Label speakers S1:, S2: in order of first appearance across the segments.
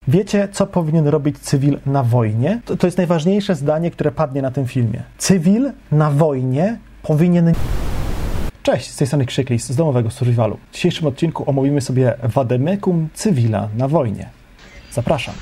S1: Wiecie, co powinien robić cywil na wojnie? To jest najważniejsze zdanie, które padnie na tym filmie. Cywil na wojnie powinien... Cześć, z tej strony Krzyklis z domowego survivalu. W dzisiejszym odcinku omówimy sobie vademecum cywila na wojnie. Zapraszam.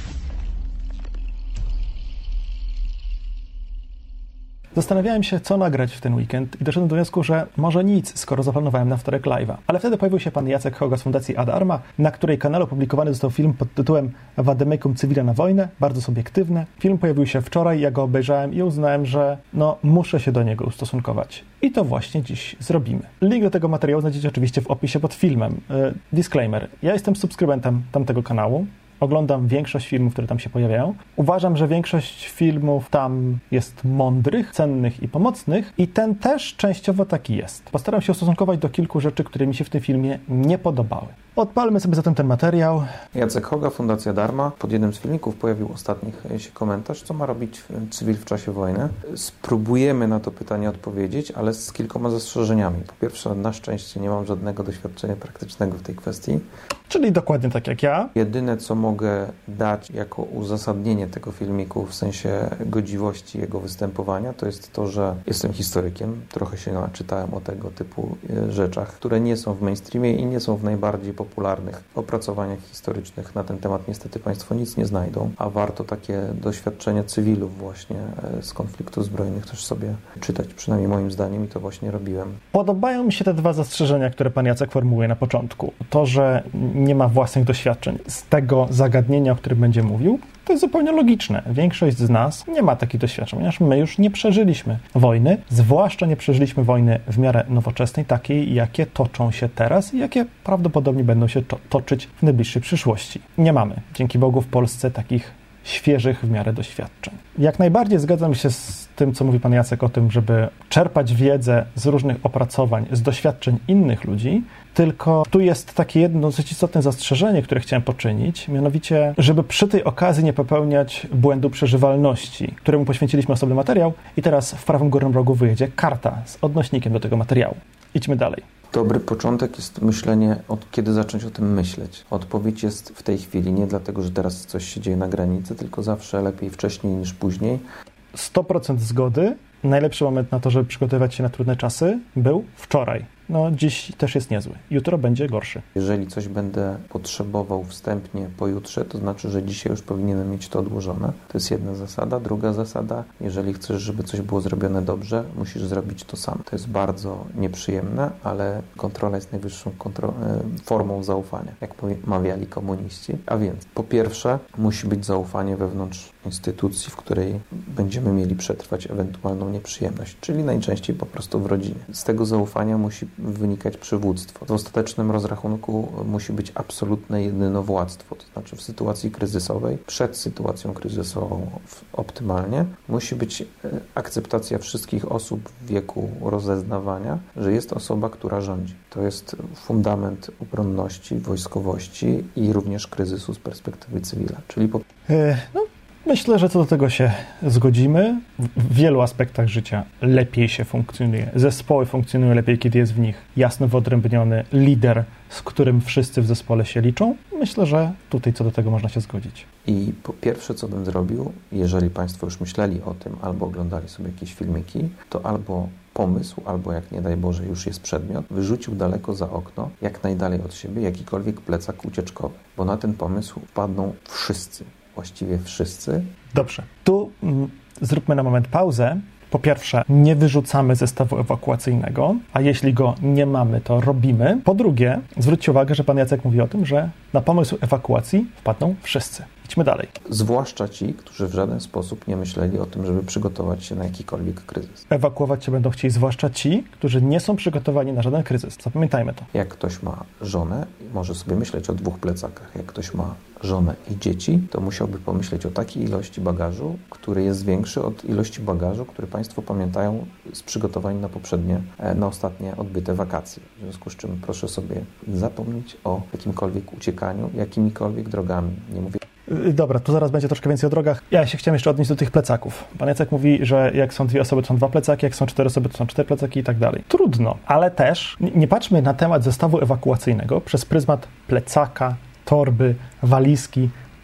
S1: Zastanawiałem się, co nagrać w ten weekend i doszedłem do wniosku, że może nic, skoro zaplanowałem na wtorek live'a. Ale wtedy pojawił się pan Jacek Hoga z Fundacji Ad Arma, na której kanale opublikowany został film pod tytułem Vademecum cywila na wojnę, bardzo subiektywny. Film pojawił się wczoraj, ja go obejrzałem i uznałem, że muszę się do niego ustosunkować. I to właśnie dziś zrobimy. Link do tego materiału znajdziecie oczywiście w opisie pod filmem. Disclaimer, ja jestem subskrybentem tamtego kanału. Oglądam większość filmów, które tam się pojawiają. Uważam, że większość filmów tam jest mądrych, cennych i pomocnych i ten też częściowo taki jest. Postaram się ustosunkować do kilku rzeczy, które mi się w tym filmie nie podobały. Odpalmy sobie zatem ten materiał.
S2: Jacek Hoga, Fundacja Dharma. Pod jednym z filmików pojawił ostatnich się komentarz, co ma robić cywil w czasie wojny. Spróbujemy na to pytanie odpowiedzieć, ale z kilkoma zastrzeżeniami. Po pierwsze, na szczęście nie mam żadnego doświadczenia praktycznego w tej kwestii.
S1: Czyli dokładnie tak jak ja.
S2: Jedyne, co mogę dać jako uzasadnienie tego filmiku w sensie godziwości jego występowania, to jest to, że jestem historykiem. Trochę się naczytałem o tego typu rzeczach, które nie są w mainstreamie i nie są w najbardziej popularnych opracowaniach historycznych. Na ten temat niestety Państwo nic nie znajdą, a warto takie doświadczenia cywilów właśnie z konfliktów zbrojnych też sobie czytać. Przynajmniej moim zdaniem i to właśnie robiłem.
S1: Podobają mi się te dwa zastrzeżenia, które pan Jacek formułuje na początku. To, że nie ma własnych doświadczeń z tego zagadnienia, o którym będzie mówił, to jest zupełnie logiczne. Większość z nas nie ma takich doświadczeń, ponieważ my już nie przeżyliśmy wojny, zwłaszcza nie przeżyliśmy wojny w miarę nowoczesnej, takiej, jakie toczą się teraz i jakie prawdopodobnie będą się toczyć w najbliższej przyszłości. Nie mamy, dzięki Bogu, w Polsce takich świeżych w miarę doświadczeń. Jak najbardziej zgadzam się z tym, co mówi pan Jacek o tym, żeby czerpać wiedzę z różnych opracowań, z doświadczeń innych ludzi, tylko tu jest takie jedno dosyć istotne zastrzeżenie, które chciałem poczynić, mianowicie, żeby przy tej okazji nie popełniać błędu przeżywalności, któremu poświęciliśmy osobny materiał i teraz w prawym górnym rogu wyjedzie karta z odnośnikiem do tego materiału. Idźmy dalej.
S2: Dobry początek jest myślenie, od kiedy zacząć o tym myśleć. Odpowiedź jest w tej chwili, nie dlatego, że teraz coś się dzieje na granicy, tylko zawsze lepiej wcześniej niż później.
S1: 100% zgody. Najlepszy moment na to, żeby przygotowywać się na trudne czasy był wczoraj. Dziś też jest niezły. Jutro będzie gorszy.
S2: Jeżeli coś będę potrzebował wstępnie pojutrze, to znaczy, że dzisiaj już powinienem mieć to odłożone. To jest jedna zasada. Druga zasada, jeżeli chcesz, żeby coś było zrobione dobrze, musisz zrobić to sam. To jest bardzo nieprzyjemne, ale kontrola jest najwyższą formą zaufania, jak mawiali komuniści. A więc, po pierwsze, musi być zaufanie wewnątrz instytucji, w której będziemy mieli przetrwać ewentualną nieprzyjemność, czyli najczęściej po prostu w rodzinie. Z tego zaufania musi wynikać przywództwo. W ostatecznym rozrachunku musi być absolutne jedynowładztwo, to znaczy w sytuacji kryzysowej, przed sytuacją kryzysową optymalnie, musi być akceptacja wszystkich osób w wieku rozeznawania, że jest osoba, która rządzi. To jest fundament obronności, wojskowości i również kryzysu z perspektywy cywila, czyli
S1: Myślę, że co do tego się zgodzimy. W wielu aspektach życia lepiej się funkcjonuje. Zespoły funkcjonują lepiej, kiedy jest w nich jasno wyodrębniony lider, z którym wszyscy w zespole się liczą. Myślę, że tutaj co do tego można się zgodzić.
S2: I po pierwsze, co bym zrobił, jeżeli Państwo już myśleli o tym, albo oglądali sobie jakieś filmiki, to albo pomysł, albo jak nie daj Boże już jest przedmiot, wyrzucił daleko za okno, jak najdalej od siebie, jakikolwiek plecak ucieczkowy. Bo na ten pomysł wpadną wszyscy. Właściwie wszyscy.
S1: Dobrze. Tu zróbmy na moment pauzę. Po pierwsze, nie wyrzucamy zestawu ewakuacyjnego, a jeśli go nie mamy, to robimy. Po drugie, zwróćcie uwagę, że pan Jacek mówi o tym, że na pomysł ewakuacji wpadną wszyscy. Idźmy dalej.
S2: Zwłaszcza ci, którzy w żaden sposób nie myśleli o tym, żeby przygotować się na jakikolwiek kryzys.
S1: Ewakuować się będą chcieli zwłaszcza ci, którzy nie są przygotowani na żaden kryzys. Zapamiętajmy to.
S2: Jak ktoś ma żonę, może sobie myśleć o 2 plecakach. Jak ktoś ma żonę i dzieci, to musiałby pomyśleć o takiej ilości bagażu, który jest większy od ilości bagażu, który Państwo pamiętają z przygotowań na ostatnie odbyte wakacje. W związku z czym proszę sobie zapomnieć o jakimkolwiek uciekaniu, jakimikolwiek drogami. Nie mówię.
S1: Dobra, tu zaraz będzie troszkę więcej o drogach. Ja się chciałem jeszcze odnieść do tych plecaków. Pan Jacek mówi, że jak są 2 osoby, to są 2 plecaki, jak są 4 osoby, to są 4 plecaki i tak dalej. Trudno, ale też nie patrzmy na temat zestawu ewakuacyjnego przez pryzmat plecaka, torby, walizki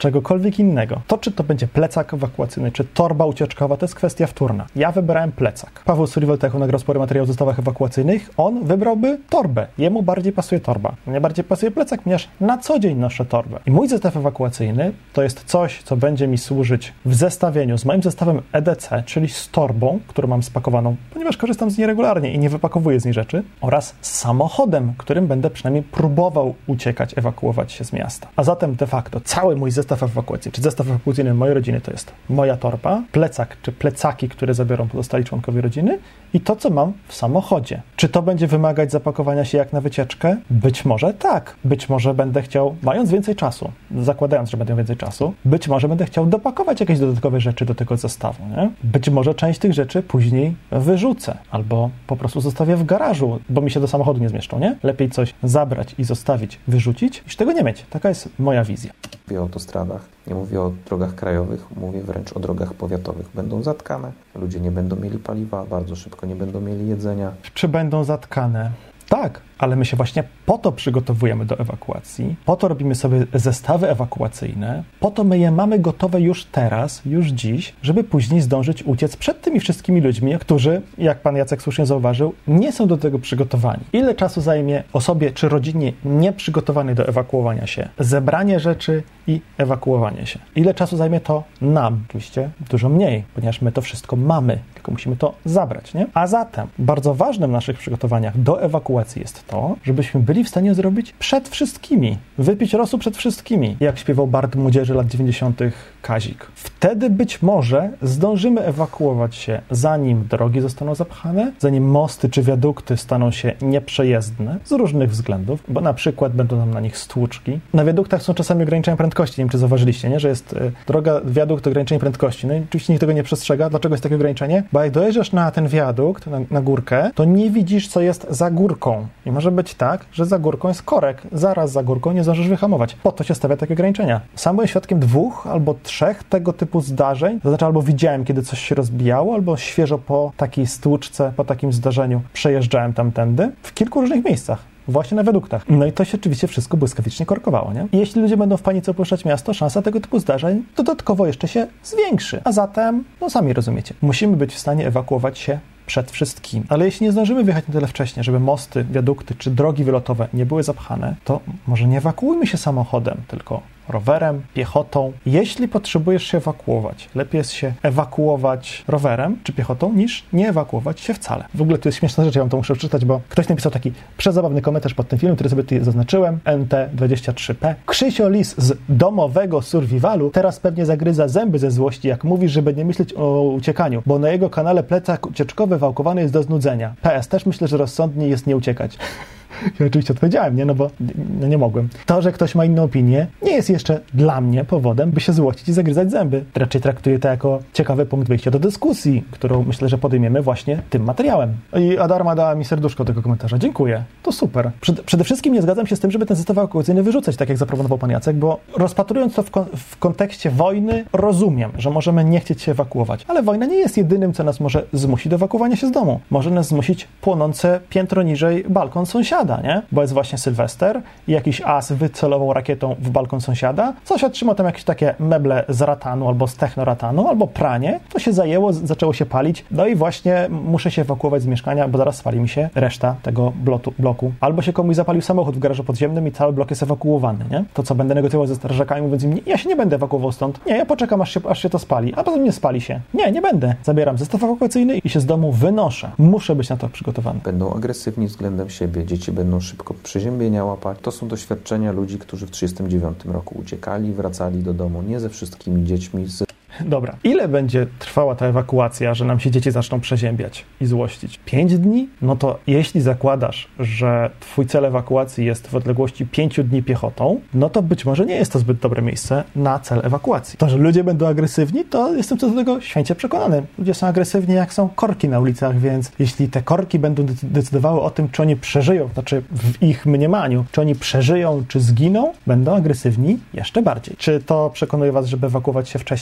S1: czegokolwiek innego. To, czy to będzie plecak ewakuacyjny, czy torba ucieczkowa, to jest kwestia wtórna. Ja wybrałem plecak. Paweł Survival, jak nagrał spory materiał o zestawach ewakuacyjnych, on wybrałby torbę. Jemu bardziej pasuje torba. Mnie bardziej pasuje plecak, ponieważ na co dzień noszę torbę. I mój zestaw ewakuacyjny to jest coś, co będzie mi służyć w zestawieniu z moim zestawem EDC, czyli z torbą, którą mam spakowaną, ponieważ korzystam z niej regularnie i nie wypakowuję z niej rzeczy, oraz z samochodem, którym będę przynajmniej próbował uciekać, ewakuować się z miasta. A zatem de facto cały mój zestaw ewakuacji, czy zestaw ewakuacyjny mojej rodziny to jest moja torba, plecak, czy plecaki, które zabiorą pozostali członkowie rodziny i to, co mam w samochodzie. Czy to będzie wymagać zapakowania się jak na wycieczkę? Być może tak. Być może będę chciał, mając więcej czasu, zakładając, że będę miał więcej czasu, być może będę chciał dopakować jakieś dodatkowe rzeczy do tego zestawu, nie? Być może część tych rzeczy później wyrzucę albo po prostu zostawię w garażu, bo mi się do samochodu nie zmieszczą, nie? Lepiej coś zabrać i zostawić, wyrzucić, niż tego nie mieć. Taka jest moja wizja.
S2: Mówię o autostradach, nie mówię o drogach krajowych, mówię wręcz o drogach powiatowych. Będą zatkane, ludzie nie będą mieli paliwa, bardzo szybko nie będą mieli jedzenia.
S1: Czy będą zatkane? Tak, ale my się właśnie po to przygotowujemy do ewakuacji, po to robimy sobie zestawy ewakuacyjne, po to my je mamy gotowe już teraz, już dziś, żeby później zdążyć uciec przed tymi wszystkimi ludźmi, którzy, jak pan Jacek słusznie zauważył, nie są do tego przygotowani. Ile czasu zajmie osobie czy rodzinie nieprzygotowanej do ewakuowania się zebranie rzeczy i ewakuowanie się? Ile czasu zajmie to nam? Oczywiście dużo mniej, ponieważ my to wszystko mamy, tylko musimy to zabrać, nie? A zatem bardzo ważnym w naszych przygotowaniach do ewakuacji jest to, żebyśmy byli w stanie zrobić przed wszystkimi, wypić rosół przed wszystkimi, jak śpiewał bard młodzieży lat 90. Kazik. Wtedy być może zdążymy ewakuować się, zanim drogi zostaną zapchane, zanim mosty czy wiadukty staną się nieprzejezdne z różnych względów, bo na przykład będą nam na nich stłuczki. Na wiaduktach są czasami ograniczenia prędkości, nie wiem, czy zauważyliście, nie? Że jest droga, wiadukt, ograniczenie prędkości. No i oczywiście nikt tego nie przestrzega. Dlaczego jest takie ograniczenie? Bo jak dojeżdżasz na ten wiadukt, na górkę, to nie widzisz, co jest za górką. I może być tak, że za górką jest korek. Zaraz za górką nie zdążysz wyhamować. Po to się stawia takie ograniczenia. Sam byłem świadkiem 2 albo 3 tego typu zdarzeń. To znaczy albo widziałem, kiedy coś się rozbijało, albo świeżo po takiej stłuczce, po takim zdarzeniu przejeżdżałem tamtędy w kilku różnych miejscach. Właśnie na wiaduktach. No i to się oczywiście wszystko błyskawicznie korkowało, nie? I jeśli ludzie będą w panice opuszczać miasto, szansa tego typu zdarzeń dodatkowo jeszcze się zwiększy. A zatem, no sami rozumiecie, musimy być w stanie ewakuować się przed wszystkim. Ale jeśli nie zdążymy wyjechać na tyle wcześnie, żeby mosty, wiadukty czy drogi wylotowe nie były zapchane, to może nie ewakuujmy się samochodem, tylko rowerem, piechotą. Jeśli potrzebujesz się ewakuować, lepiej jest się ewakuować rowerem czy piechotą, niż nie ewakuować się wcale. W ogóle to jest śmieszna rzecz, ja wam to muszę przeczytać, bo ktoś napisał taki przezabawny komentarz pod tym filmem, który sobie tutaj zaznaczyłem, NT23P. Krzysio Lis z domowego survivalu teraz pewnie zagryza zęby ze złości, jak mówisz, żeby nie myśleć o uciekaniu, bo na jego kanale plecak ucieczkowy wałkowany jest do znudzenia. PS, też myślę, że rozsądniej jest nie uciekać. Ja oczywiście odpowiedziałem, nie? No bo nie mogłem. To, że ktoś ma inną opinię, nie jest jeszcze dla mnie powodem, by się złościć i zagryzać zęby. Raczej traktuję to jako ciekawy punkt wyjścia do dyskusji, którą myślę, że podejmiemy właśnie tym materiałem. I Adarma dała mi serduszko tego komentarza. Dziękuję. To super. Przede wszystkim nie zgadzam się z tym, żeby ten zestaw ewakuacyjny wyrzucać, tak jak zaproponował pan Jacek, bo rozpatrując to w kontekście wojny, rozumiem, że możemy nie chcieć się ewakuować, ale wojna nie jest jedynym, co nas może zmusić do ewakuowania się z domu. Może nas zmusić płonące piętro niżej balkon sąsiada, nie? Bo jest właśnie Sylwester i jakiś as wycelował rakietą w balkon sąsiada, sąsiad trzymał tam jakieś takie meble z ratanu albo z technoratanu, albo pranie, to się zajęło, zaczęło się palić, no i właśnie muszę się ewakuować z mieszkania, bo zaraz spali mi się reszta tego bloku. Albo się komuś zapalił samochód w garażu podziemnym i cały blok jest ewakuowany, nie? To co, będę negocjował ze strażakami, mówiąc im, ja się nie będę ewakuował stąd, nie, ja poczekam, aż się to spali, a potem nie spali się. Nie będę. Zabieram zestaw ewakuacyjny i się z domu wynoszę. Muszę być na to przygotowany.
S2: Będą agresywni względem siebie, dzieci będą szybko przeziębienia łapać. To są doświadczenia ludzi, którzy w 1939 roku uciekali, wracali do domu nie ze wszystkimi dziećmi.
S1: Dobra. Ile będzie trwała ta ewakuacja, że nam się dzieci zaczną przeziębiać i złościć? 5 dni? No to jeśli zakładasz, że twój cel ewakuacji jest w odległości 5 dni piechotą, no to być może nie jest to zbyt dobre miejsce na cel ewakuacji. To, że ludzie będą agresywni, to jestem co do tego święcie przekonany. Ludzie są agresywni, jak są korki na ulicach, więc jeśli te korki będą decydowały o tym, czy oni przeżyją, znaczy w ich mniemaniu, czy oni przeżyją, czy zginą, będą agresywni jeszcze bardziej. Czy to przekonuje was, żeby ewakuować się wcześniej?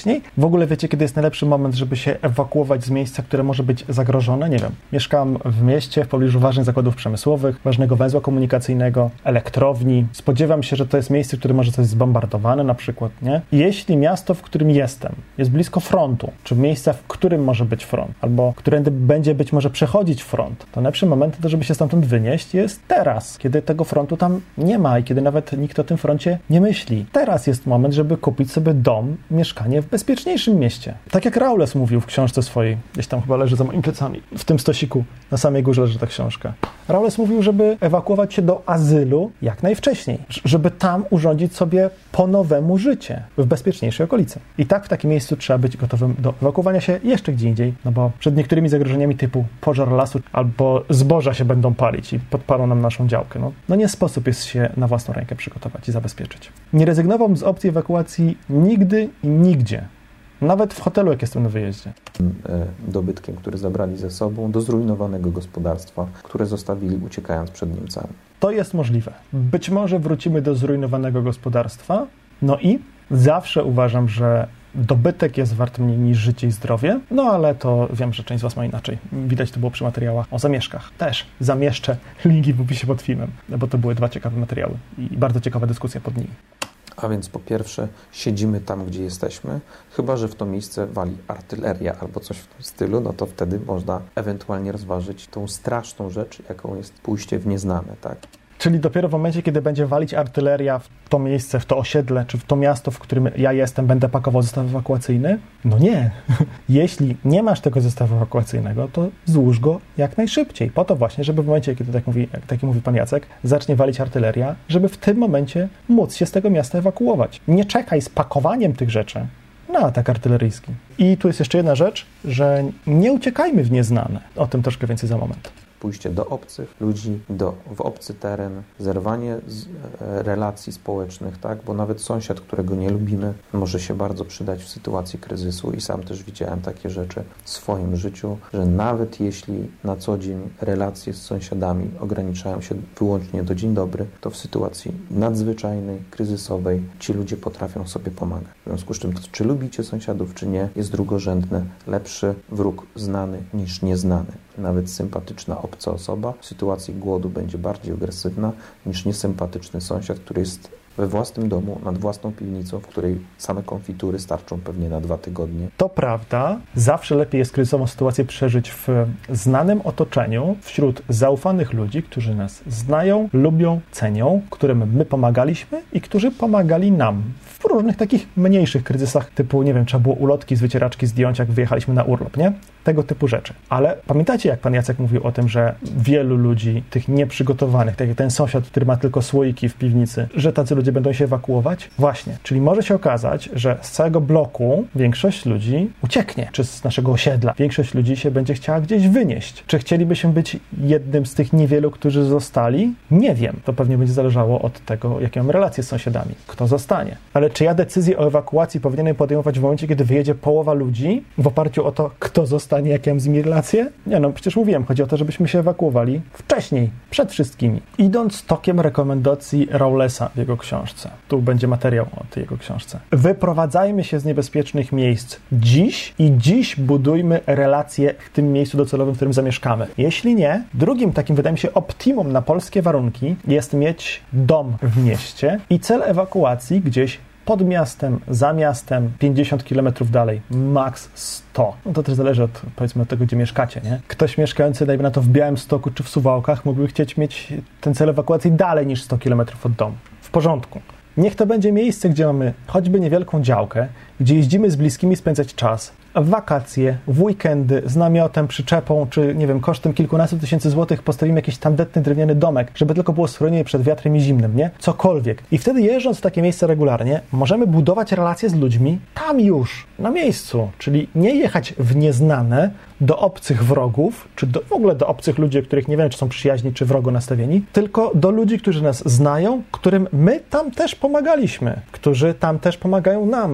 S1: W ogóle wiecie, kiedy jest najlepszy moment, żeby się ewakuować z miejsca, które może być zagrożone? Nie wiem. Mieszkam w mieście, w pobliżu ważnych zakładów przemysłowych, ważnego węzła komunikacyjnego, elektrowni. Spodziewam się, że to jest miejsce, które może zostać zbombardowane na przykład, nie? I jeśli miasto, w którym jestem, jest blisko frontu, czy miejsca, w którym może być front, albo którędy będzie być może przechodzić front, to najlepszy moment, żeby się stamtąd wynieść, jest teraz, kiedy tego frontu tam nie ma i kiedy nawet nikt o tym froncie nie myśli. Teraz jest moment, żeby kupić sobie dom, mieszkanie w bezpieczniejszym mieście. Tak jak Rawles mówił w książce swojej, gdzieś tam chyba leży za moimi plecami, w tym stosiku, na samej górze leży ta książka. Rawles mówił, żeby ewakuować się do azylu jak najwcześniej, żeby tam urządzić sobie po nowemu życie w bezpieczniejszej okolicy. I tak w takim miejscu trzeba być gotowym do ewakuowania się jeszcze gdzie indziej, no bo przed niektórymi zagrożeniami typu pożar lasu albo zboża się będą palić i podpalą nam naszą działkę. No nie sposób jest się na własną rękę przygotować i zabezpieczyć. Nie rezygnowałbym z opcji ewakuacji nigdy i nigdzie. Nawet w hotelu, jak jestem na wyjeździe.
S2: Dobytkiem, który zabrali ze sobą do zrujnowanego gospodarstwa, które zostawili uciekając przed Niemcami.
S1: To jest możliwe. Być może wrócimy do zrujnowanego gospodarstwa. No i zawsze uważam, że dobytek jest wart mniej niż życie i zdrowie. No ale to wiem, że część z was ma inaczej. Widać to było przy materiałach o zamieszkach. Też zamieszczę linki w opisie pod filmem, bo to były 2 ciekawe materiały i bardzo ciekawa dyskusja pod nimi.
S2: A więc po pierwsze siedzimy tam, gdzie jesteśmy, chyba że w to miejsce wali artyleria albo coś w tym stylu, no to wtedy można ewentualnie rozważyć tą straszną rzecz, jaką jest pójście w nieznane, tak?
S1: Czyli dopiero w momencie, kiedy będzie walić artyleria w to miejsce, w to osiedle, czy w to miasto, w którym ja jestem, będę pakował zestaw ewakuacyjny? No nie. Jeśli nie masz tego zestawu ewakuacyjnego, to złóż go jak najszybciej. Po to właśnie, żeby w momencie, kiedy tak mówi pan Jacek, zacznie walić artyleria, żeby w tym momencie móc się z tego miasta ewakuować. Nie czekaj z pakowaniem tych rzeczy na atak artyleryjski. I tu jest jeszcze jedna rzecz, że nie uciekajmy w nieznane. O tym troszkę więcej za moment.
S2: Pójście do obcych ludzi, w obcy teren, zerwanie z relacji społecznych, tak? Bo nawet sąsiad, którego nie lubimy, może się bardzo przydać w sytuacji kryzysu i sam też widziałem takie rzeczy w swoim życiu, że nawet jeśli na co dzień relacje z sąsiadami ograniczają się wyłącznie do dzień dobry, to w sytuacji nadzwyczajnej, kryzysowej ci ludzie potrafią sobie pomagać. W związku z czym to, czy lubicie sąsiadów, czy nie, jest drugorzędne. Lepszy wróg znany niż nieznany. Nawet sympatyczna obca osoba w sytuacji głodu będzie bardziej agresywna niż niesympatyczny sąsiad, który jest we własnym domu, nad własną piwnicą, w której same konfitury starczą pewnie na 2 tygodnie.
S1: To prawda, zawsze lepiej jest kryzysową sytuację przeżyć w znanym otoczeniu, wśród zaufanych ludzi, którzy nas znają, lubią, cenią, którym my pomagaliśmy i którzy pomagali nam w różnych takich mniejszych kryzysach, typu, nie wiem, trzeba było ulotki z wycieraczki zdjąć, jak wyjechaliśmy na urlop, nie? Tego typu rzeczy. Ale pamiętacie, jak pan Jacek mówił o tym, że wielu ludzi, tych nieprzygotowanych, tak jak ten sąsiad, który ma tylko słoiki w piwnicy, że tacy ludzie będą się ewakuować? Właśnie. Czyli może się okazać, że z całego bloku większość ludzi ucieknie, czy z naszego osiedla. Większość ludzi się będzie chciała gdzieś wynieść. Czy chcielibyśmy być jednym z tych niewielu, którzy zostali? Nie wiem. To pewnie będzie zależało od tego, jakie mamy relacje z sąsiadami. Kto zostanie. Ale czy ja decyzję o ewakuacji powinienem podejmować w momencie, kiedy wyjedzie połowa ludzi w oparciu o to, kto zostanie, jakie mam z nimi relacje? Nie, no przecież mówiłem, chodzi o to, żebyśmy się ewakuowali wcześniej, przed wszystkimi. Idąc tokiem rekomendacji Rawlesa w jego książce. Tu będzie materiał o tej jego książce. Wyprowadzajmy się z niebezpiecznych miejsc dziś i dziś budujmy relacje w tym miejscu docelowym, w którym zamieszkamy. Jeśli nie, drugim takim, wydaje mi się, optimum na polskie warunki jest mieć dom w mieście i cel ewakuacji gdzieś pod miastem, za miastem, 50 km dalej, maks 100. No to też zależy od, powiedzmy, od tego, gdzie mieszkacie, nie? Ktoś mieszkający, dajmy na to, w Białymstoku czy w Suwałkach mógłby chcieć mieć ten cel ewakuacji dalej niż 100 km od domu. W porządku. Niech to będzie miejsce, gdzie mamy choćby niewielką działkę, gdzie jeździmy z bliskimi spędzać czas, w wakacje, w weekendy, z namiotem, przyczepą, czy nie wiem, kosztem kilkunastu tysięcy złotych postawimy jakiś tandetny drewniany domek, żeby tylko było schronienie przed wiatrem i zimnem, nie? Cokolwiek. I wtedy jeżdżąc w takie miejsce regularnie, możemy budować relacje z ludźmi tam już, na miejscu. Czyli nie jechać w nieznane, do obcych wrogów, czy w ogóle do obcych ludzi, o których nie wiem, czy są przyjaźni, czy wrogo nastawieni, tylko do ludzi, którzy nas znają, którym my tam też pomagaliśmy, którzy tam też pomagają nam, którym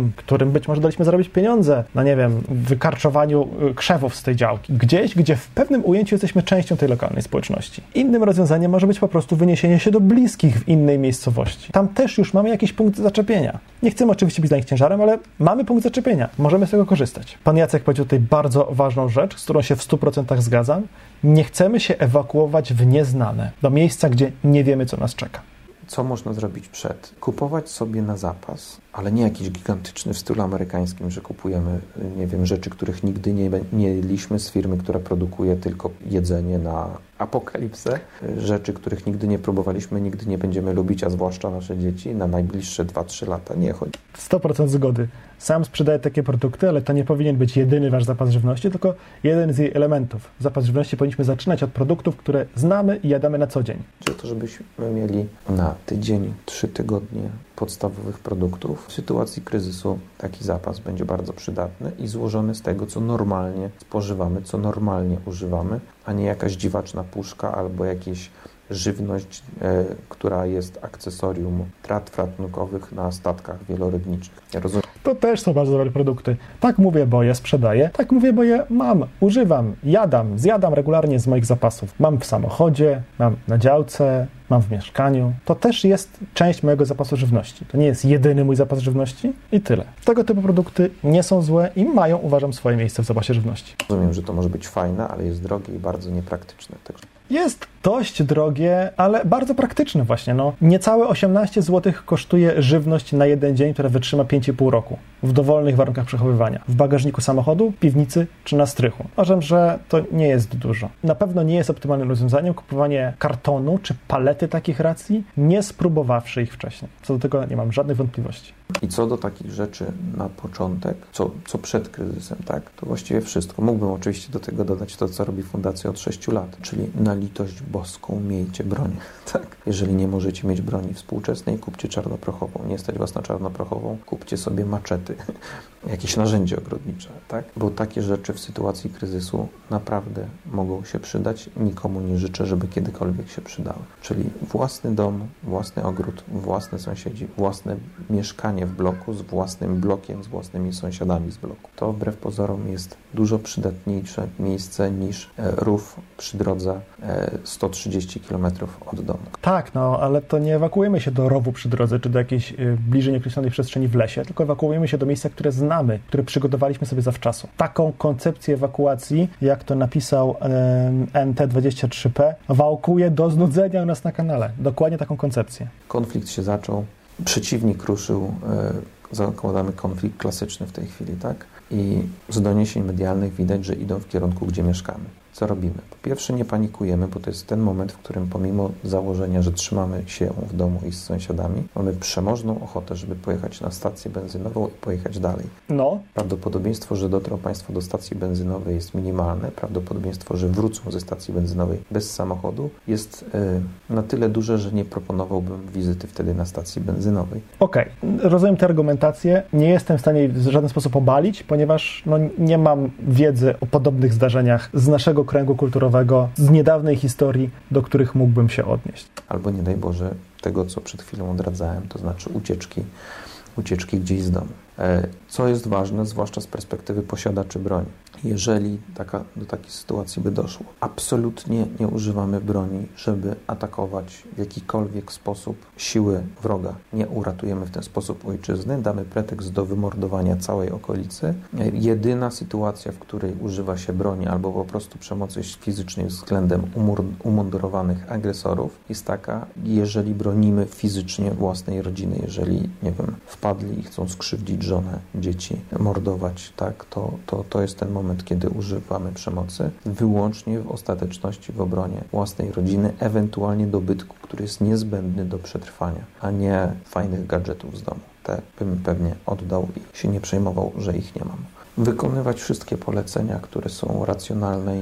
S1: którym być może daliśmy zarobić pieniądze na, nie wiem, wykarczowaniu krzewów z tej działki. Gdzieś, gdzie w pewnym ujęciu jesteśmy częścią tej lokalnej społeczności. Innym rozwiązaniem może być po prostu wyniesienie się do bliskich w innej miejscowości. Tam też już mamy jakiś punkt zaczepienia. Nie chcemy oczywiście być dla nich ciężarem, ale mamy punkt zaczepienia. Możemy z tego korzystać. Pan Jacek powiedział tutaj bardzo ważną rzecz, z którą się w 100% zgadzam. Nie chcemy się ewakuować w nieznane, do miejsca, gdzie nie wiemy, co nas czeka.
S2: Co można zrobić przed? Kupować sobie na zapas, ale nie jakiś gigantyczny w stylu amerykańskim, że kupujemy, nie wiem, rzeczy, których nigdy nie mieliśmy z firmy, która produkuje tylko jedzenie na apokalipsę. Rzeczy, których nigdy nie próbowaliśmy, nigdy nie będziemy lubić, a zwłaszcza nasze dzieci, na najbliższe 2-3 lata. Nie chodzi.
S1: 100% zgody. Sam sprzedaję takie produkty, ale to nie powinien być jedyny wasz zapas żywności, tylko jeden z jej elementów. Zapas żywności powinniśmy zaczynać od produktów, które znamy i jadamy na co dzień.
S2: Czy to, żebyśmy mieli na tydzień, 3 tygodnie podstawowych produktów. W sytuacji kryzysu taki zapas będzie bardzo przydatny i złożony z tego, co normalnie spożywamy, co normalnie używamy, a nie jakaś dziwaczna puszka albo jakieś żywność, która jest akcesorium trat nukowych na statkach wielorybniczych. Ja rozumiem.
S1: To też są bardzo dobre produkty. Tak mówię, bo je sprzedaję. Tak mówię, bo je mam, używam, zjadam regularnie z moich zapasów. Mam w samochodzie, mam na działce, mam w mieszkaniu. To też jest część mojego zapasu żywności. To nie jest jedyny mój zapas żywności i tyle. Tego typu produkty nie są złe i mają, uważam, swoje miejsce w zapasie żywności.
S2: Rozumiem, że to może być fajne, ale jest drogie i bardzo niepraktyczne. Także
S1: jest dość drogie, ale bardzo praktyczne właśnie. Niecałe 18 zł kosztuje żywność na jeden dzień, która wytrzyma 5,5 roku w dowolnych warunkach przechowywania. W bagażniku samochodu, piwnicy czy na strychu. Uważam, że to nie jest dużo. Na pewno nie jest optymalnym rozwiązaniem kupowanie kartonu czy palety takich racji, nie spróbowawszy ich wcześniej. Co do tego nie mam żadnych wątpliwości.
S2: I co do takich rzeczy na początek, co przed kryzysem, tak? To właściwie wszystko. Mógłbym oczywiście do tego dodać to, co robi Fundacja od 6 lat, czyli na litość boską miejcie broń, tak? Jeżeli nie możecie mieć broni współczesnej, kupcie czarnoprochową. Nie stać was na czarnoprochową, kupcie sobie maczety, jakieś narzędzie ogrodnicze, tak? Bo takie rzeczy w sytuacji kryzysu naprawdę mogą się przydać. Nikomu nie życzę, żeby kiedykolwiek się przydały. Czyli własny dom, własny ogród, własne sąsiedzi, własne mieszkanie w bloku z własnym blokiem, z własnymi sąsiadami z bloku. To wbrew pozorom jest dużo przydatniejsze miejsce niż rów przy drodze 130 km od domu.
S1: Tak, ale to nie ewakuujemy się do rowu przy drodze, czy do jakiejś bliżej nieokreślonej przestrzeni w lesie, tylko ewakuujemy się do miejsca, które znamy, które przygotowaliśmy sobie zawczasu. Taką koncepcję ewakuacji, jak to napisał NT23P, wałkuje do znudzenia u nas na kanale. Dokładnie taką koncepcję.
S2: Konflikt się zaczął, przeciwnik ruszył, zakładamy konflikt klasyczny w tej chwili, tak? I z doniesień medialnych widać, że idą w kierunku, gdzie mieszkamy. Co robimy? Po pierwsze, nie panikujemy, bo to jest ten moment, w którym pomimo założenia, że trzymamy się w domu i z sąsiadami, mamy przemożną ochotę, żeby pojechać na stację benzynową i pojechać dalej. Prawdopodobieństwo, że dotrą Państwo do stacji benzynowej jest minimalne. Prawdopodobieństwo, że wrócą ze stacji benzynowej bez samochodu jest na tyle duże, że nie proponowałbym wizyty wtedy na stacji benzynowej.
S1: Okej, rozumiem tę argumentację. Nie jestem w stanie w żaden sposób obalić, ponieważ nie mam wiedzy o podobnych zdarzeniach z naszego kręgu kulturowego, z niedawnej historii, do których mógłbym się odnieść.
S2: Albo nie daj Boże tego, co przed chwilą odradzałem, to znaczy ucieczki gdzieś z domu. Co jest ważne, zwłaszcza z perspektywy posiadaczy broni. Jeżeli do takiej sytuacji by doszło, absolutnie nie używamy broni, żeby atakować w jakikolwiek sposób siły wroga. Nie uratujemy w ten sposób ojczyzny, damy pretekst do wymordowania całej okolicy. Jedyna sytuacja, w której używa się broni albo po prostu przemocy fizycznej względem umundurowanych agresorów jest taka, jeżeli bronimy fizycznie własnej rodziny, jeżeli, nie wiem, wpadli i chcą skrzywdzić żonę, dzieci, mordować, tak, to jest ten moment, kiedy używamy przemocy wyłącznie w ostateczności w obronie własnej rodziny, ewentualnie dobytku, który jest niezbędny do przetrwania, a nie fajnych gadżetów z domu. Te bym pewnie oddał i się nie przejmował, że ich nie mam. wykonywać wszystkie polecenia, które są racjonalne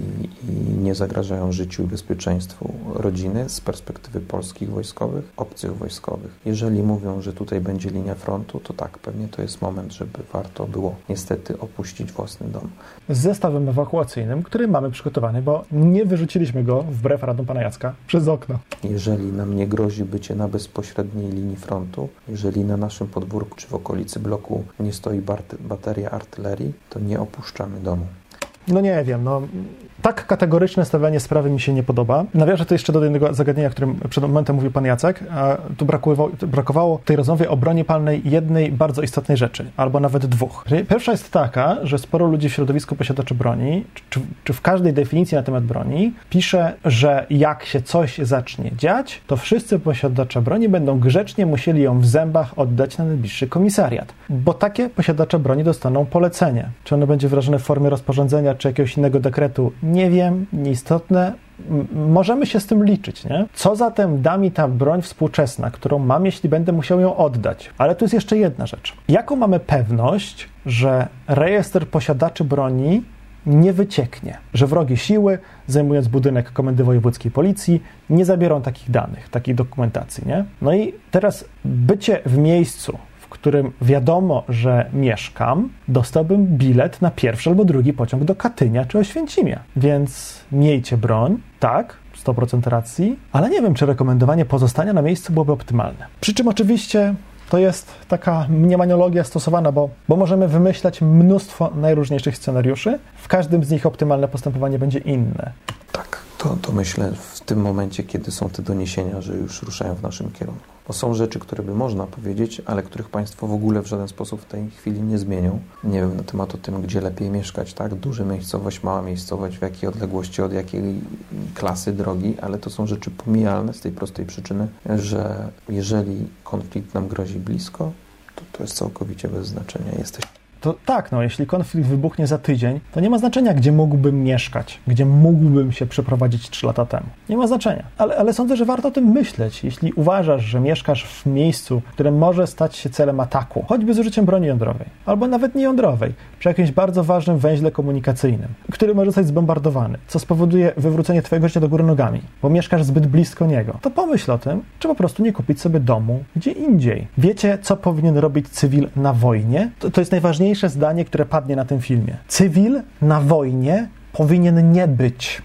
S2: i nie zagrażają życiu i bezpieczeństwu rodziny z perspektywy polskich wojskowych, obcych wojskowych. Jeżeli mówią, że tutaj będzie linia frontu, to tak, pewnie to jest moment, żeby warto było niestety opuścić własny dom.
S1: Z zestawem ewakuacyjnym, który mamy przygotowany, bo nie wyrzuciliśmy go, wbrew radom pana Jacka, przez okno.
S2: Jeżeli nam nie grozi bycie na bezpośredniej linii frontu, jeżeli na naszym podwórku czy w okolicy bloku nie stoi bateria artylerii, to nie opuszczamy domu.
S1: No nie wiem, tak kategoryczne stawianie sprawy mi się nie podoba. Nawiążę to jeszcze do jednego zagadnienia, o którym przed momentem mówił pan Jacek, a tu brakowało w tej rozmowie o broni palnej jednej bardzo istotnej rzeczy, albo nawet dwóch. Pierwsza jest taka, że sporo ludzi w środowisku posiadaczy broni, czy w każdej definicji na temat broni, pisze, że jak się coś zacznie dziać, to wszyscy posiadacze broni będą grzecznie musieli ją w zębach oddać na najbliższy komisariat, bo takie posiadacze broni dostaną polecenie. Czy ono będzie wyrażone w formie rozporządzenia, czy jakiegoś innego dekretu, nie wiem, nieistotne. Możemy się z tym liczyć, nie? Co zatem da mi ta broń współczesna, którą mam, jeśli będę musiał ją oddać? Ale tu jest jeszcze jedna rzecz. Jaką mamy pewność, że rejestr posiadaczy broni nie wycieknie? Że wrogie siły, zajmując budynek Komendy Wojewódzkiej Policji, nie zabiorą takich danych, takiej dokumentacji, nie? No i teraz bycie w miejscu, w którym wiadomo, że mieszkam, dostałbym bilet na pierwszy albo drugi pociąg do Katynia czy Oświęcimia. Więc miejcie broń, tak, 100% racji, ale nie wiem, czy rekomendowanie pozostania na miejscu byłoby optymalne. Przy czym oczywiście to jest taka mniemaniologia stosowana, bo możemy wymyślać mnóstwo najróżniejszych scenariuszy. W każdym z nich optymalne postępowanie będzie inne.
S2: Tak, to myślę w tym momencie, kiedy są te doniesienia, że już ruszają w naszym kierunku. Bo są rzeczy, które by można powiedzieć, ale których państwo w ogóle w żaden sposób w tej chwili nie zmienią. Nie wiem, na temat o tym, gdzie lepiej mieszkać, tak? Duża miejscowość, mała miejscowość, w jakiej odległości, od jakiej klasy drogi, ale to są rzeczy pomijalne z tej prostej przyczyny, że jeżeli konflikt nam grozi blisko, to jest całkowicie bez znaczenia.
S1: To tak, jeśli konflikt wybuchnie za tydzień, to nie ma znaczenia, gdzie mógłbym mieszkać, gdzie mógłbym się przeprowadzić 3 lata temu. Nie ma znaczenia. Ale sądzę, że warto o tym myśleć. Jeśli uważasz, że mieszkasz w miejscu, które może stać się celem ataku, choćby z użyciem broni jądrowej, albo nawet nie jądrowej, przy jakimś bardzo ważnym węźle komunikacyjnym, który może zostać zbombardowany, co spowoduje wywrócenie twojego życia do góry nogami, bo mieszkasz zbyt blisko niego, to pomyśl o tym, czy po prostu nie kupić sobie domu gdzie indziej. Wiecie, co powinien robić cywil na wojnie? To jest najważniejsze zdanie, które padnie na tym filmie. Cywil na wojnie powinien nie być.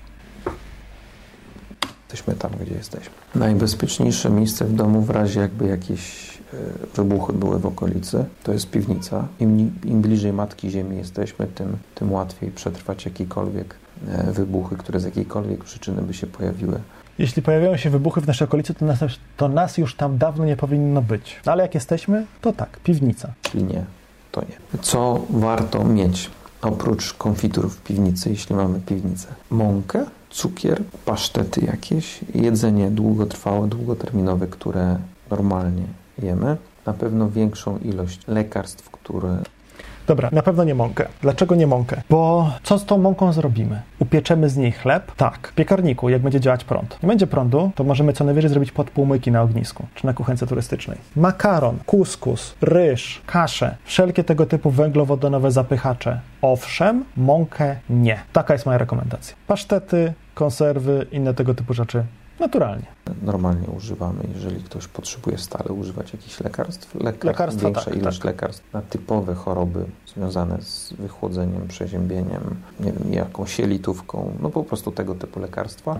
S2: Jesteśmy tam, gdzie jesteśmy. Najbezpieczniejsze miejsce w domu w razie jakby jakieś wybuchy były w okolicy, to jest piwnica. Im bliżej Matki Ziemi jesteśmy, tym łatwiej przetrwać jakiekolwiek wybuchy, które z jakiejkolwiek przyczyny by się pojawiły.
S1: Jeśli pojawiają się wybuchy w naszej okolicy, to nas już tam dawno nie powinno być. Ale jak jesteśmy, to tak, piwnica.
S2: Czyli nie, to nie. Co warto mieć oprócz konfitur w piwnicy, jeśli mamy piwnicę? Mąkę, cukier, pasztety jakieś, jedzenie długotrwałe, długoterminowe, które normalnie jemy. Na pewno większą ilość lekarstw, które...
S1: Dobra, na pewno nie mąkę. Dlaczego nie mąkę? Bo co z tą mąką zrobimy? Upieczemy z niej chleb? Tak. W piekarniku, jak będzie działać prąd. Nie będzie prądu, to możemy co najwyżej zrobić podpłomyki na ognisku, czy na kuchence turystycznej. Makaron, kuskus, ryż, kasze, wszelkie tego typu węglowodanowe zapychacze. Owszem, mąkę nie. Taka jest moja rekomendacja. Pasztety, konserwy, inne tego typu rzeczy naturalnie.
S2: Normalnie używamy, jeżeli ktoś potrzebuje stale używać jakichś lekarstw. Większa ilość lekarstw na typowe choroby związane z wychłodzeniem, przeziębieniem, nie wiem, jakąś jelitówką, po prostu tego typu lekarstwa.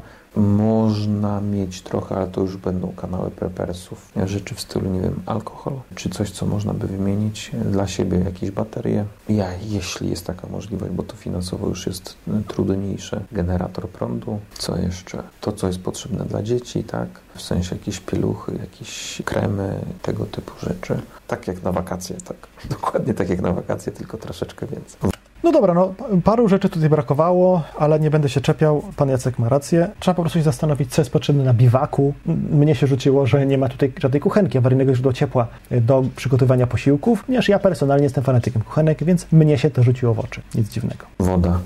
S2: Można mieć trochę, ale to już będą kanały prepersów, rzeczy w stylu, nie wiem, alkohol, czy coś, co można by wymienić dla siebie, jakieś baterie. Jeśli jest taka możliwość, bo to finansowo już jest trudniejsze, generator prądu. Co jeszcze? To, co jest potrzebne dla dzieci, tak? W sensie jakieś pieluchy, jakieś kremy, tego typu rzeczy. Tak jak na wakacje, tak. Dokładnie tak jak na wakacje, tylko troszeczkę więcej.
S1: No dobra, paru rzeczy tutaj brakowało, ale nie będę się czepiał. Pan Jacek ma rację. Trzeba po prostu się zastanowić, co jest potrzebne na biwaku. Mnie się rzuciło, że nie ma tutaj żadnej kuchenki, awaryjnego źródła ciepła do przygotowania posiłków, ponieważ ja personalnie jestem fanatykiem kuchenek, więc mnie się to rzuciło w oczy. Nic dziwnego.
S2: Woda.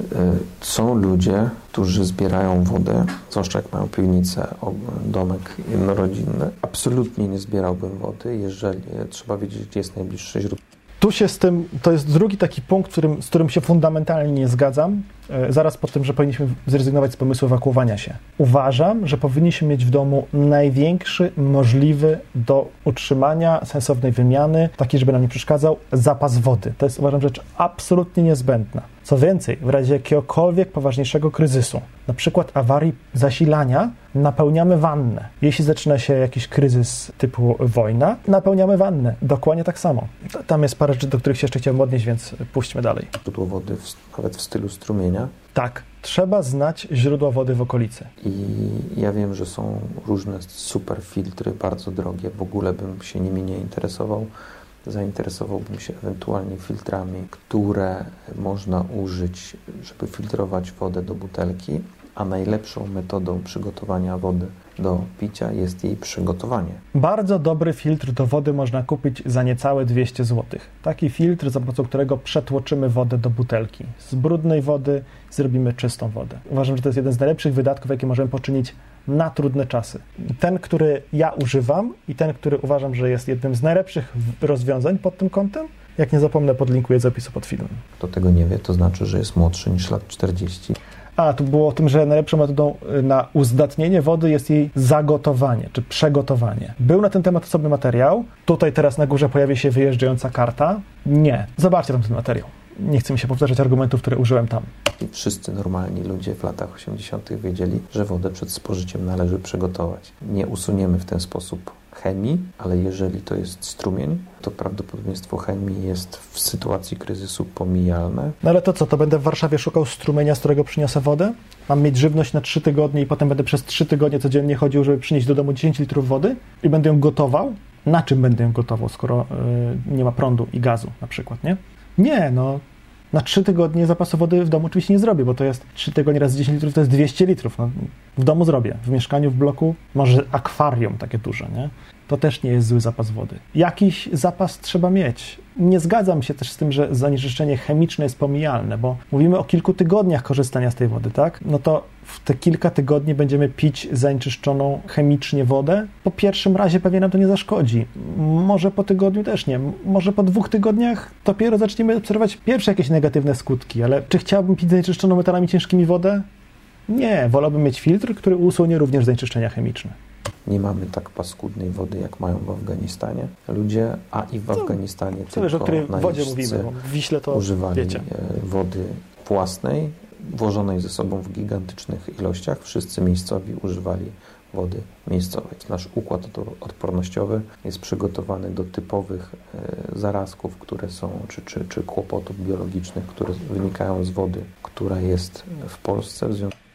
S2: Są ludzie, którzy zbierają wodę, zwłaszcza jak mają piwnicę, domek jednorodzinny. Absolutnie nie zbierałbym wody, jeżeli trzeba wiedzieć, gdzie jest najbliższe źródło.
S1: To jest drugi taki punkt, z którym się fundamentalnie nie zgadzam, zaraz po tym, że powinniśmy zrezygnować z pomysłu ewakuowania się. Uważam, że powinniśmy mieć w domu największy możliwy do utrzymania sensownej wymiany, taki, żeby nam nie przeszkadzał, zapas wody. To jest, uważam, rzecz absolutnie niezbędna. Co więcej, w razie jakiegokolwiek poważniejszego kryzysu, na przykład awarii zasilania, napełniamy wannę. Jeśli zaczyna się jakiś kryzys typu wojna, napełniamy wannę. Dokładnie tak samo. Tam jest parę rzeczy, do których się jeszcze chciałem odnieść, więc puśćmy dalej.
S2: Źródło wody nawet w stylu strumienia.
S1: Tak, trzeba znać źródła wody w okolicy.
S2: I ja wiem, że są różne super filtry, bardzo drogie. W ogóle bym się nimi nie interesował. Zainteresowałbym się ewentualnie filtrami, które można użyć, żeby filtrować wodę do butelki, a najlepszą metodą przygotowania wody do picia jest jej przygotowanie.
S1: Bardzo dobry filtr do wody można kupić za niecałe 200 zł. Taki filtr, za pomocą którego przetłoczymy wodę do butelki. Z brudnej wody zrobimy czystą wodę. Uważam, że to jest jeden z najlepszych wydatków, jakie możemy poczynić na trudne czasy. Ten, który ja używam i ten, który uważam, że jest jednym z najlepszych rozwiązań pod tym kątem, jak nie zapomnę, podlinkuję z opisu pod filmem.
S2: Kto tego nie wie, to znaczy, że jest młodszy niż lat 40.
S1: Tu było o tym, że najlepszą metodą na uzdatnienie wody jest jej zagotowanie, czy przegotowanie. Był na ten temat osobny materiał. Tutaj teraz na górze pojawi się wyjeżdżająca karta. Nie. Zobaczcie tam ten materiał. Nie chcę mi się powtarzać argumentów, które użyłem tam.
S2: I wszyscy normalni ludzie w latach 80. wiedzieli, że wodę przed spożyciem należy przygotować. Nie usuniemy w ten sposób chemii, ale jeżeli to jest strumień, to prawdopodobieństwo chemii jest w sytuacji kryzysu pomijalne.
S1: No ale to co, to będę w Warszawie szukał strumienia, z którego przyniosę wodę? Mam mieć żywność na 3 tygodnie i potem będę przez 3 tygodnie codziennie chodził, żeby przynieść do domu 10 litrów wody i będę ją gotował? Na czym będę ją gotował, skoro nie ma prądu i gazu na przykład, nie? Nie, no... Na 3 tygodnie zapasu wody w domu oczywiście nie zrobię, bo to jest 3 tygodnie razy 10 litrów, to jest 200 litrów. No, w domu zrobię. W mieszkaniu, w bloku, może akwarium takie duże, nie? To też nie jest zły zapas wody. Jakiś zapas trzeba mieć. Nie zgadzam się też z tym, że zanieczyszczenie chemiczne jest pomijalne, bo mówimy o kilku tygodniach korzystania z tej wody, tak? No to w te kilka tygodni będziemy pić zanieczyszczoną chemicznie wodę. Po pierwszym razie pewnie nam to nie zaszkodzi. Może po tygodniu też nie. Może po 2 tygodniach dopiero zaczniemy obserwować pierwsze jakieś negatywne skutki, ale czy chciałbym pić zanieczyszczoną metalami ciężkimi wodę? Nie. Wolałbym mieć filtr, który usunie również zanieczyszczenia chemiczne.
S2: Nie mamy tak paskudnej wody, jak mają w Afganistanie ludzie, a i w Afganistanie
S1: zależy,
S2: tylko
S1: o której wodzie mówimy, bo w Wiśle to
S2: używali
S1: wiecie.
S2: Wody własnej, włożonej ze sobą w gigantycznych ilościach. Wszyscy miejscowi używali wody miejscowej. Nasz układ odpornościowy jest przygotowany do typowych zarazków, które są, czy kłopotów biologicznych, które wynikają z wody, która jest w Polsce.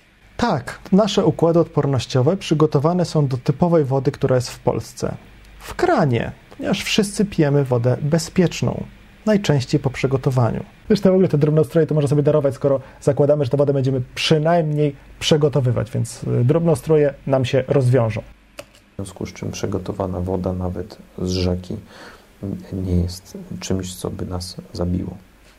S1: Tak, nasze układy odpornościowe przygotowane są do typowej wody, która jest w Polsce. W kranie, ponieważ wszyscy pijemy wodę bezpieczną, najczęściej po przygotowaniu. Zresztą w ogóle te drobnoustroje to można sobie darować, skoro zakładamy, że tę wodę będziemy przynajmniej przygotowywać, więc drobnoustroje nam się rozwiążą.
S2: W związku z czym przygotowana woda nawet z rzeki nie jest czymś, co by nas zabiło.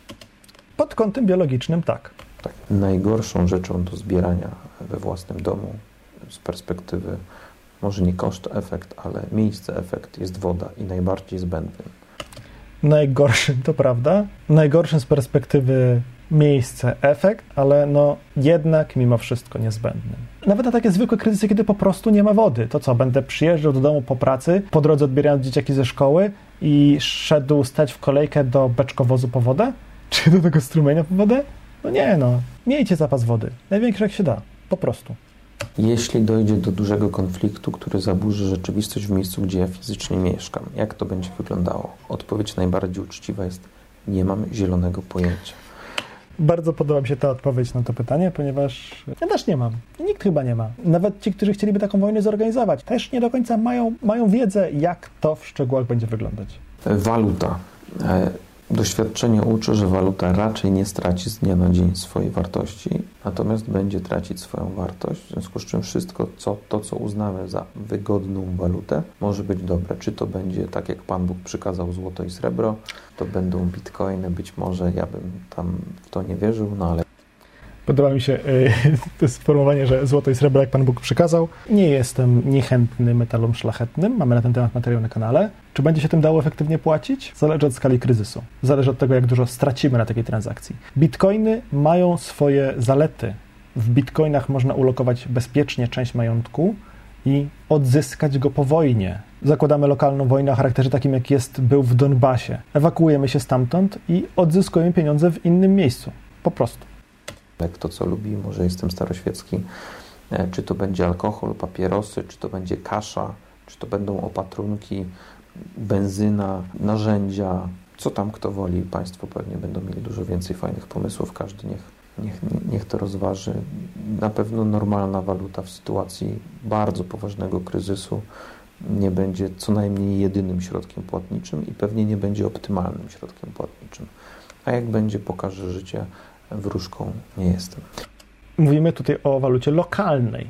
S1: Pod kątem biologicznym tak.
S2: Tak. Najgorszą rzeczą do zbierania we własnym domu z perspektywy, może nie koszt-efekt, ale miejsce-efekt jest woda i najbardziej zbędnym.
S1: Najgorszym, to prawda, najgorszym z perspektywy miejsce-efekt, ale no jednak mimo wszystko niezbędnym. Nawet na takie zwykłe kryzysy, kiedy po prostu nie ma wody. To co, będę przyjeżdżał do domu po pracy, po drodze odbierając dzieciaki ze szkoły i szedł stać w kolejkę do beczkowozu po wodę? Czy do tego strumienia po wodę? No nie, no. Miejcie zapas wody. Największy jak się da. Po prostu.
S2: Jeśli dojdzie do dużego konfliktu, który zaburzy rzeczywistość w miejscu, gdzie ja fizycznie mieszkam, jak to będzie wyglądało? Odpowiedź najbardziej uczciwa jest: nie mam zielonego pojęcia.
S1: Bardzo podoba mi się ta odpowiedź na to pytanie, ponieważ ja też nie mam. Nikt chyba nie ma. Nawet ci, którzy chcieliby taką wojnę zorganizować, też nie do końca mają wiedzę, jak to w szczegółach będzie wyglądać.
S2: Waluta. Doświadczenie uczy, że waluta raczej nie straci z dnia na dzień swojej wartości, natomiast będzie tracić swoją wartość, w związku z czym wszystko, co uznamy za wygodną walutę, może być dobre. Czy to będzie, tak jak Pan Bóg przykazał, złoto i srebro, to będą bitcoiny, być może ja bym tam w to nie wierzył, no ale...
S1: Podoba mi się to sformułowanie, że złoto i srebro jak Pan Bóg przekazał. Nie jestem niechętny metalom szlachetnym. Mamy na ten temat materiał na kanale. Czy będzie się tym dało efektywnie płacić? Zależy od skali kryzysu. Zależy od tego, jak dużo stracimy na takiej transakcji. Bitcoiny mają swoje zalety. W bitcoinach można ulokować bezpiecznie część majątku i odzyskać go po wojnie. Zakładamy lokalną wojnę o charakterze takim, jak był w Donbasie. Ewakuujemy się stamtąd i odzyskujemy pieniądze w innym miejscu. Po prostu.
S2: Kto co lubi, może jestem staroświecki, czy to będzie alkohol, papierosy, czy to będzie kasza, czy to będą opatrunki, benzyna, narzędzia, co tam kto woli. Państwo pewnie będą mieli dużo więcej fajnych pomysłów, każdy niech to rozważy. Na pewno normalna waluta w sytuacji bardzo poważnego kryzysu nie będzie co najmniej jedynym środkiem płatniczym i pewnie nie będzie optymalnym środkiem płatniczym. A jak będzie, pokaże życie. Wróżką nie jestem.
S1: Mówimy tutaj o walucie lokalnej.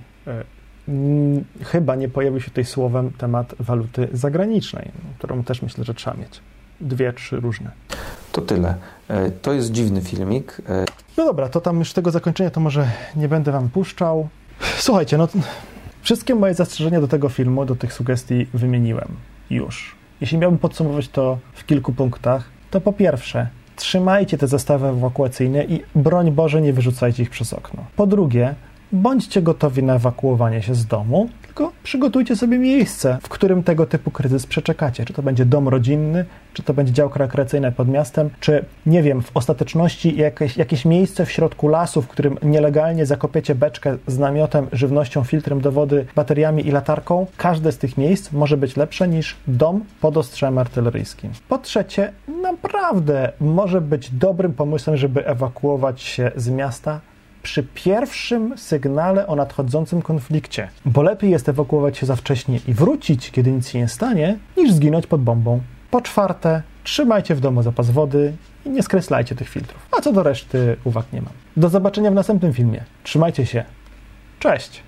S1: Chyba nie pojawił się tutaj słowem temat waluty zagranicznej, którą też myślę, że trzeba mieć. 2, 3 różne.
S2: To tyle. To jest dziwny filmik.
S1: No dobra, to tam już tego zakończenia to może nie będę wam puszczał. Słuchajcie, no wszystkie moje zastrzeżenia do tego filmu, do tych sugestii wymieniłem już. Jeśli miałbym podsumować to w kilku punktach, to po pierwsze, trzymajcie te zestawy ewakuacyjne i broń Boże nie wyrzucajcie ich przez okno. Po drugie, bądźcie gotowi na ewakuowanie się z domu, tylko przygotujcie sobie miejsce, w którym tego typu kryzys przeczekacie. Czy to będzie dom rodzinny, czy to będzie działka rekreacyjna pod miastem, czy, nie wiem, w ostateczności jakieś miejsce w środku lasu, w którym nielegalnie zakopiecie beczkę z namiotem, żywnością, filtrem do wody, bateriami i latarką. Każde z tych miejsc może być lepsze niż dom pod ostrzałem artyleryjskim. Po trzecie, naprawdę może być dobrym pomysłem, żeby ewakuować się z miasta przy pierwszym sygnale o nadchodzącym konflikcie, bo lepiej jest ewakuować się za wcześnie i wrócić, kiedy nic się nie stanie, niż zginąć pod bombą. Po czwarte, trzymajcie w domu zapas wody i nie skreślajcie tych filtrów. A co do reszty, uwag nie mam. Do zobaczenia w następnym filmie. Trzymajcie się. Cześć!